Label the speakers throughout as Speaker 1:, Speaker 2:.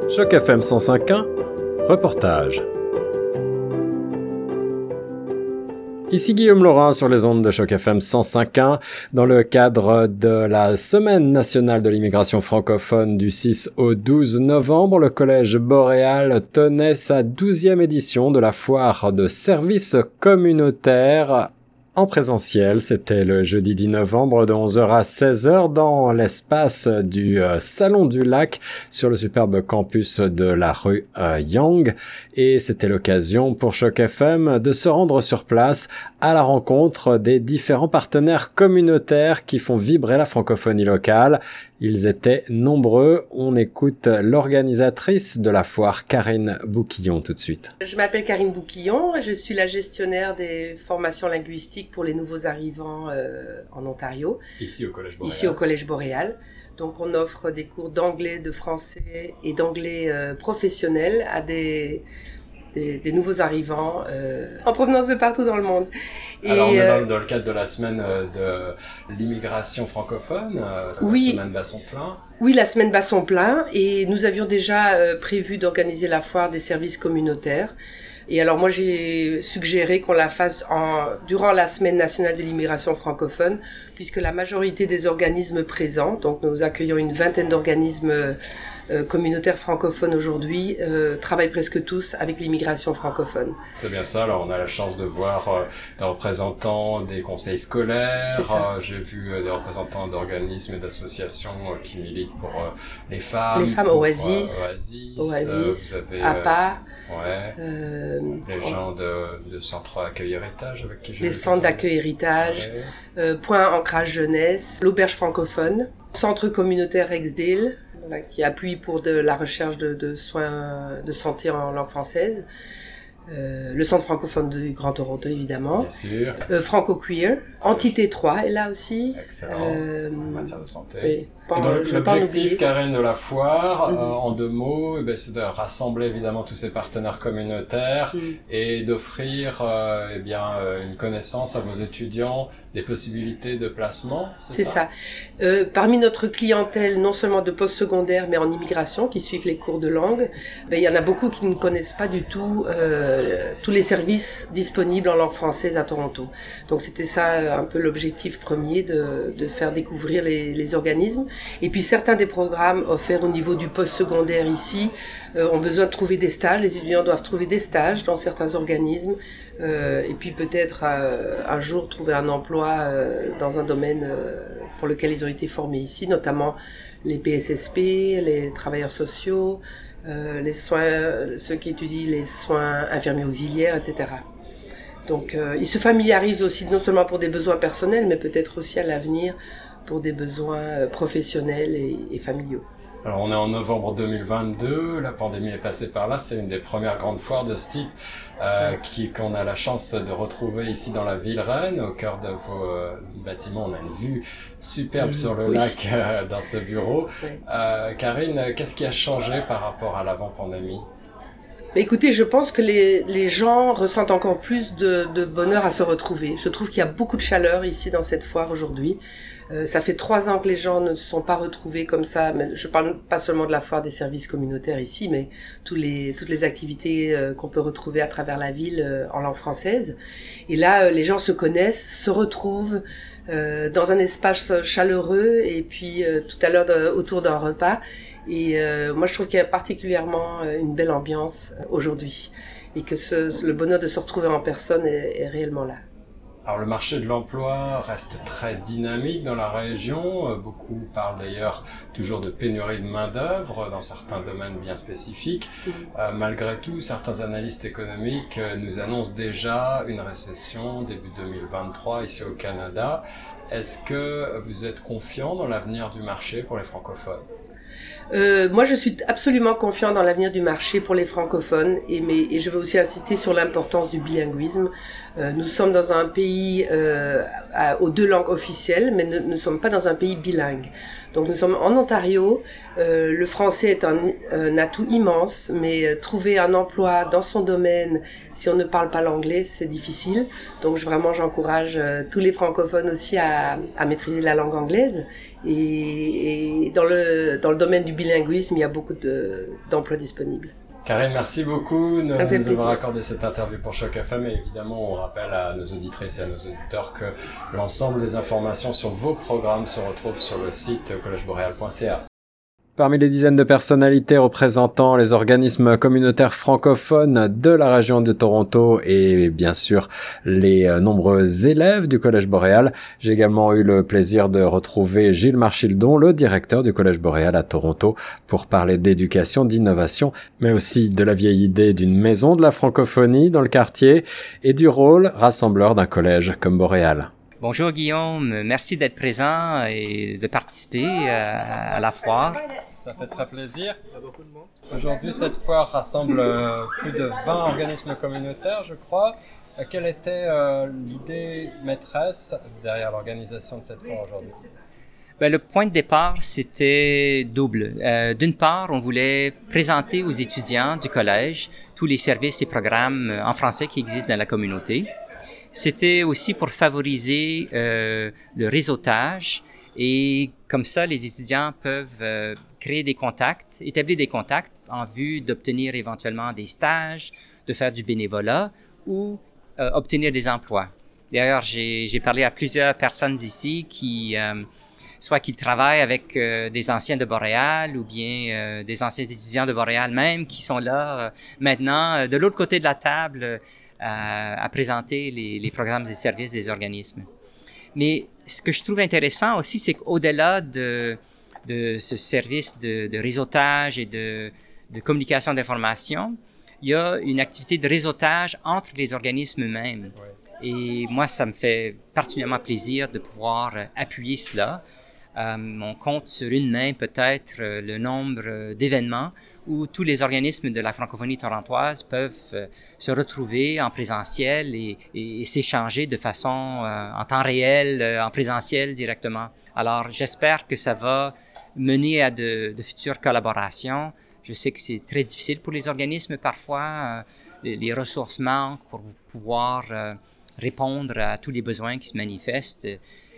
Speaker 1: Choc FM 105.1, reportage. Ici Guillaume Laurin sur les ondes de Choc FM 105.1 dans le cadre de la Semaine nationale de l'immigration francophone du 6 au 12 novembre. Le Collège Boréal tenait sa 12e édition de la foire de services communautaires en présentiel. C'était le jeudi 10 novembre de 11h à 16h dans l'espace du Salon du Lac sur le superbe campus de la rue Yang. Et c'était l'occasion pour Choc FM de se rendre sur place à la rencontre des différents partenaires communautaires qui font vibrer la francophonie locale. Ils étaient nombreux. On écoute l'organisatrice de la foire, Karine Bouquillon, tout de suite.
Speaker 2: Je m'appelle Karine Bouquillon, je suis la gestionnaire des formations linguistiques pour les nouveaux arrivants en Ontario.
Speaker 1: Ici au
Speaker 2: Collège Boréal. Donc on offre des cours d'anglais, de français et d'anglais professionnel à des nouveaux arrivants en provenance de partout dans le monde.
Speaker 1: Alors on est dans le cadre de la semaine de l'immigration francophone,
Speaker 2: oui,
Speaker 1: la semaine Basson-Plein.
Speaker 2: Oui, la semaine Basson-Plein, et nous avions déjà prévu d'organiser la foire des services communautaires. Et alors moi j'ai suggéré qu'on la fasse durant la semaine nationale de l'immigration francophone, puisque la majorité des organismes présents, donc nous accueillons une vingtaine d'organismes communautaires francophones aujourd'hui, travaillent presque tous avec l'immigration francophone.
Speaker 1: C'est bien ça, alors on a la chance de voir des représentants des conseils scolaires, j'ai vu des représentants d'organismes et d'associations qui militent pour les femmes.
Speaker 2: Les femmes, Oasis,
Speaker 1: vous avez,
Speaker 2: APA.
Speaker 1: Les gens de centre accueil héritage avec qui j'ai
Speaker 2: les centres d'accueil héritage, Point Ancrage Jeunesse, l'auberge francophone, centre communautaire Rexdale, qui appuie pour la recherche de soins de santé en langue française, le centre francophone du Grand Toronto évidemment,
Speaker 1: bien sûr,
Speaker 2: Franco-Queer, Entité 3 est là aussi,
Speaker 1: excellent, en matière de santé.
Speaker 2: Oui.
Speaker 1: Et donc l'objectif, Karine, de la foire, en deux mots, c'est de rassembler évidemment tous ces partenaires communautaires et d'offrir une connaissance à vos étudiants des possibilités de placement.
Speaker 2: C'est ça. Parmi notre clientèle, non seulement de post-secondaire, mais en immigration, qui suivent les cours de langue, il y en a beaucoup qui ne connaissent pas du tout tous les services disponibles en langue française à Toronto. Donc c'était ça un peu l'objectif premier, de faire découvrir les organismes. Et puis certains des programmes offerts au niveau du post-secondaire ici ont besoin de trouver des stages. Les étudiants doivent trouver des stages dans certains organismes et puis peut-être un jour trouver un emploi dans un domaine pour lequel ils ont été formés ici, notamment les PSSP, les travailleurs sociaux, les soins, ceux qui étudient les soins infirmiers auxiliaires, etc. Donc ils se familiarisent aussi non seulement pour des besoins personnels, mais peut-être aussi à l'avenir pour des besoins professionnels et familiaux.
Speaker 1: Alors on est en novembre 2022, la pandémie est passée par là, c'est une des premières grandes foires de ce type qu'on a la chance de retrouver ici dans la ville reine, au cœur de vos bâtiments. On a une vue superbe sur le lac dans ce bureau. Oui. Karine, qu'est-ce qui a changé par rapport à l'avant-pandémie ?
Speaker 2: Écoutez, je pense que les gens ressentent encore plus de bonheur à se retrouver. Je trouve qu'il y a beaucoup de chaleur ici dans cette foire aujourd'hui. Ça fait 3 ans que les gens ne se sont pas retrouvés comme ça. Mais je parle pas seulement de la foire des services communautaires ici, mais toutes les activités qu'on peut retrouver à travers la ville en langue française. Et là, les gens se connaissent, se retrouvent dans un espace chaleureux et puis tout à l'heure autour d'un repas. Et moi, je trouve qu'il y a particulièrement une belle ambiance aujourd'hui et que le bonheur de se retrouver en personne est réellement là.
Speaker 1: Alors le marché de l'emploi reste très dynamique dans la région. Beaucoup parlent d'ailleurs toujours de pénurie de main-d'œuvre dans certains domaines bien spécifiques. Malgré tout, certains analystes économiques nous annoncent déjà une récession début 2023 ici au Canada. Est-ce que vous êtes confiant dans l'avenir du marché pour les francophones ?
Speaker 2: Moi, je suis absolument confiant dans l'avenir du marché pour les francophones et je veux aussi insister sur l'importance du bilinguisme. Nous sommes dans un pays aux 2 langues officielles, mais ne sommes pas dans un pays bilingue. Donc nous sommes en Ontario. Le français est un atout immense, mais trouver un emploi dans son domaine, si on ne parle pas l'anglais, c'est difficile. Donc j'encourage tous les francophones aussi à maîtriser la langue anglaise. Et dans le domaine du bilinguisme, il y a beaucoup d'emplois disponibles.
Speaker 1: Karine, merci beaucoup de nous avoir
Speaker 2: plaisir.
Speaker 1: accordé cette interview pour Choc FM. Et évidemment, on rappelle à nos auditrices et à nos auditeurs que l'ensemble des informations sur vos programmes se retrouvent sur le site collegeboreal.ca. Parmi les dizaines de personnalités représentant les organismes communautaires francophones de la région de Toronto et bien sûr les nombreux élèves du Collège Boréal, j'ai également eu le plaisir de retrouver Gilles Marchildon, le directeur du Collège Boréal à Toronto, pour parler d'éducation, d'innovation, mais aussi de la vieille idée d'une maison de la francophonie dans le quartier et du rôle rassembleur d'un collège comme Boréal.
Speaker 3: Bonjour Guillaume, merci d'être présent et de participer à la foire.
Speaker 1: Ça fait très plaisir. Il y a beaucoup de monde. Aujourd'hui, cette foire rassemble plus de 20 organismes communautaires, je crois. Quelle était l'idée maîtresse derrière l'organisation de cette foire aujourd'hui?
Speaker 3: Le point de départ, c'était double. D'une part, on voulait présenter aux étudiants du collège tous les services et programmes en français qui existent dans la communauté. C'était aussi pour favoriser le réseautage et comme ça, les étudiants peuvent créer des contacts, établir des contacts en vue d'obtenir éventuellement des stages, de faire du bénévolat ou obtenir des emplois. D'ailleurs, j'ai parlé à plusieurs personnes ici qui soit qu'ils travaillent avec des anciens de Boréal ou bien des anciens étudiants de Boréal même qui sont là maintenant de l'autre côté de la table à présenter les programmes et services des organismes. Mais ce que je trouve intéressant aussi, c'est qu'au-delà de ce service de réseautage et de communication d'information, il y a une activité de réseautage entre les organismes eux-mêmes. Ouais. Et moi, ça me fait particulièrement plaisir de pouvoir appuyer cela. On compte sur une main peut-être le nombre d'événements où tous les organismes de la francophonie torontoise peuvent se retrouver en présentiel et s'échanger de façon en temps réel, en présentiel directement. Alors, j'espère que ça va mener à de futures collaborations. Je sais que c'est très difficile pour les organismes parfois. Les ressources manquent pour pouvoir répondre à tous les besoins qui se manifestent.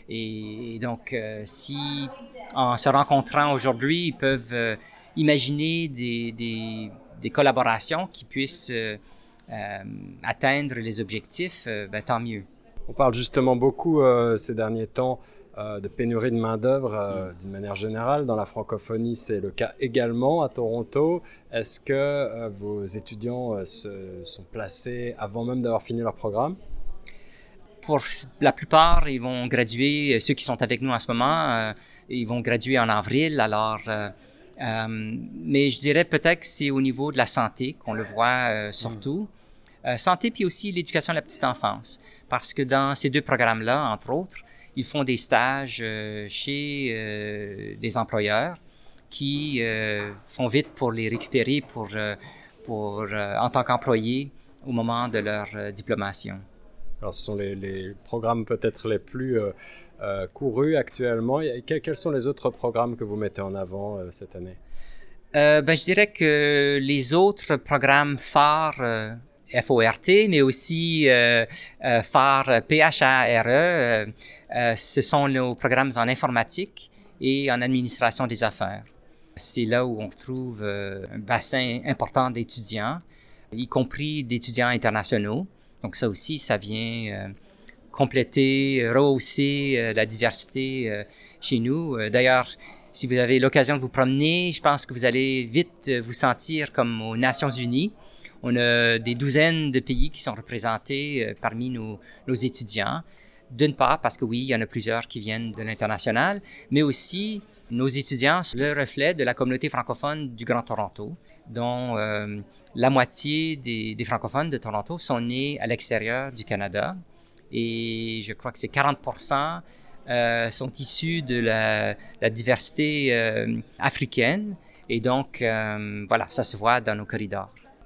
Speaker 3: Et donc, si en se rencontrant aujourd'hui, ils peuvent imaginer des collaborations qui puissent atteindre les objectifs, tant mieux.
Speaker 1: On parle justement beaucoup ces derniers temps de pénurie de main-d'œuvre d'une manière générale. Dans la francophonie, c'est le cas également à Toronto. Est-ce que vos étudiants se sont placés avant même d'avoir fini leur programme?
Speaker 3: Pour la plupart, ils vont graduer, ceux qui sont avec nous en ce moment, ils vont graduer en avril. Alors, mais je dirais peut-être que c'est au niveau de la santé qu'on le voit surtout. Santé puis aussi l'éducation de la petite enfance. Parce que dans ces deux programmes-là, entre autres, ils font des stages chez des employeurs qui font vite pour les récupérer en tant qu'employés au moment de leur diplomation.
Speaker 1: Alors, ce sont les programmes peut-être les plus courus actuellement. Quels sont les autres programmes que vous mettez en avant cette année?
Speaker 3: Je dirais que les autres programmes phares FORT, mais aussi phares PHARE, ce sont nos programmes en informatique et en administration des affaires. C'est là où on trouve un bassin important d'étudiants, y compris d'étudiants internationaux. Donc ça aussi, ça vient compléter, rehausser la diversité chez nous. D'ailleurs, si vous avez l'occasion de vous promener, je pense que vous allez vite vous sentir comme aux Nations Unies. On a des douzaines de pays qui sont représentés parmi nos étudiants. D'une part, parce que oui, il y en a plusieurs qui viennent de l'international, mais aussi nos étudiants sont le reflet de la communauté francophone du Grand Toronto, dont la moitié des francophones de Toronto sont nés à l'extérieur du Canada et je crois que c'est 40% sont issus de la diversité africaine et donc voilà, ça se voit dans nos corridors.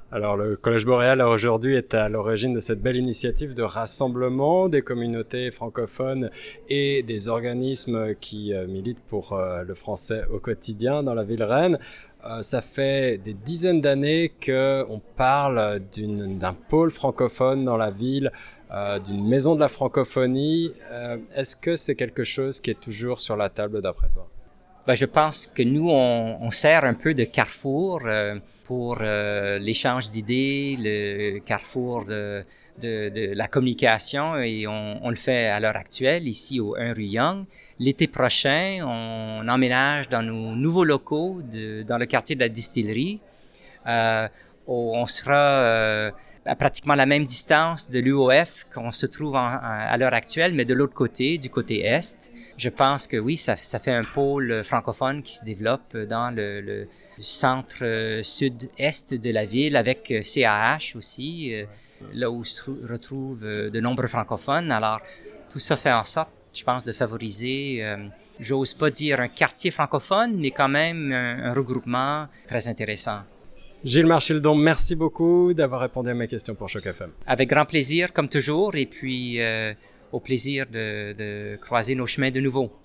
Speaker 1: Alors, le Collège Boréal, aujourd'hui, est à l'origine de cette belle initiative de rassemblement des communautés francophones et des organismes qui militent pour le français au quotidien dans la ville Rennes. Ça fait des dizaines d'années qu'on parle d'un pôle francophone dans la ville, d'une maison de la francophonie. Est-ce que c'est quelque chose qui est toujours sur la table d'après toi?
Speaker 3: Je pense que nous, on sert un peu de carrefour pour l'échange d'idées, le carrefour de la communication, et on le fait à l'heure actuelle ici au 1 rue Young. L'été prochain, on emménage dans nos nouveaux locaux dans le quartier de la Distillerie. On sera à pratiquement la même distance de l'UOF qu'on se trouve à l'heure actuelle, mais de l'autre côté, du côté est. Je pense que oui, ça fait un pôle francophone qui se développe dans le centre sud-est de la ville, avec CAH aussi, là où se retrouvent de nombreux francophones. Alors, tout ça fait en sorte, je pense, de favoriser, j'ose pas dire un quartier francophone, mais quand même un regroupement très intéressant.
Speaker 1: Gilles Marchildon, merci beaucoup d'avoir répondu à mes questions pour Choc FM.
Speaker 3: Avec grand plaisir, comme toujours, et puis au plaisir de croiser nos chemins de nouveau.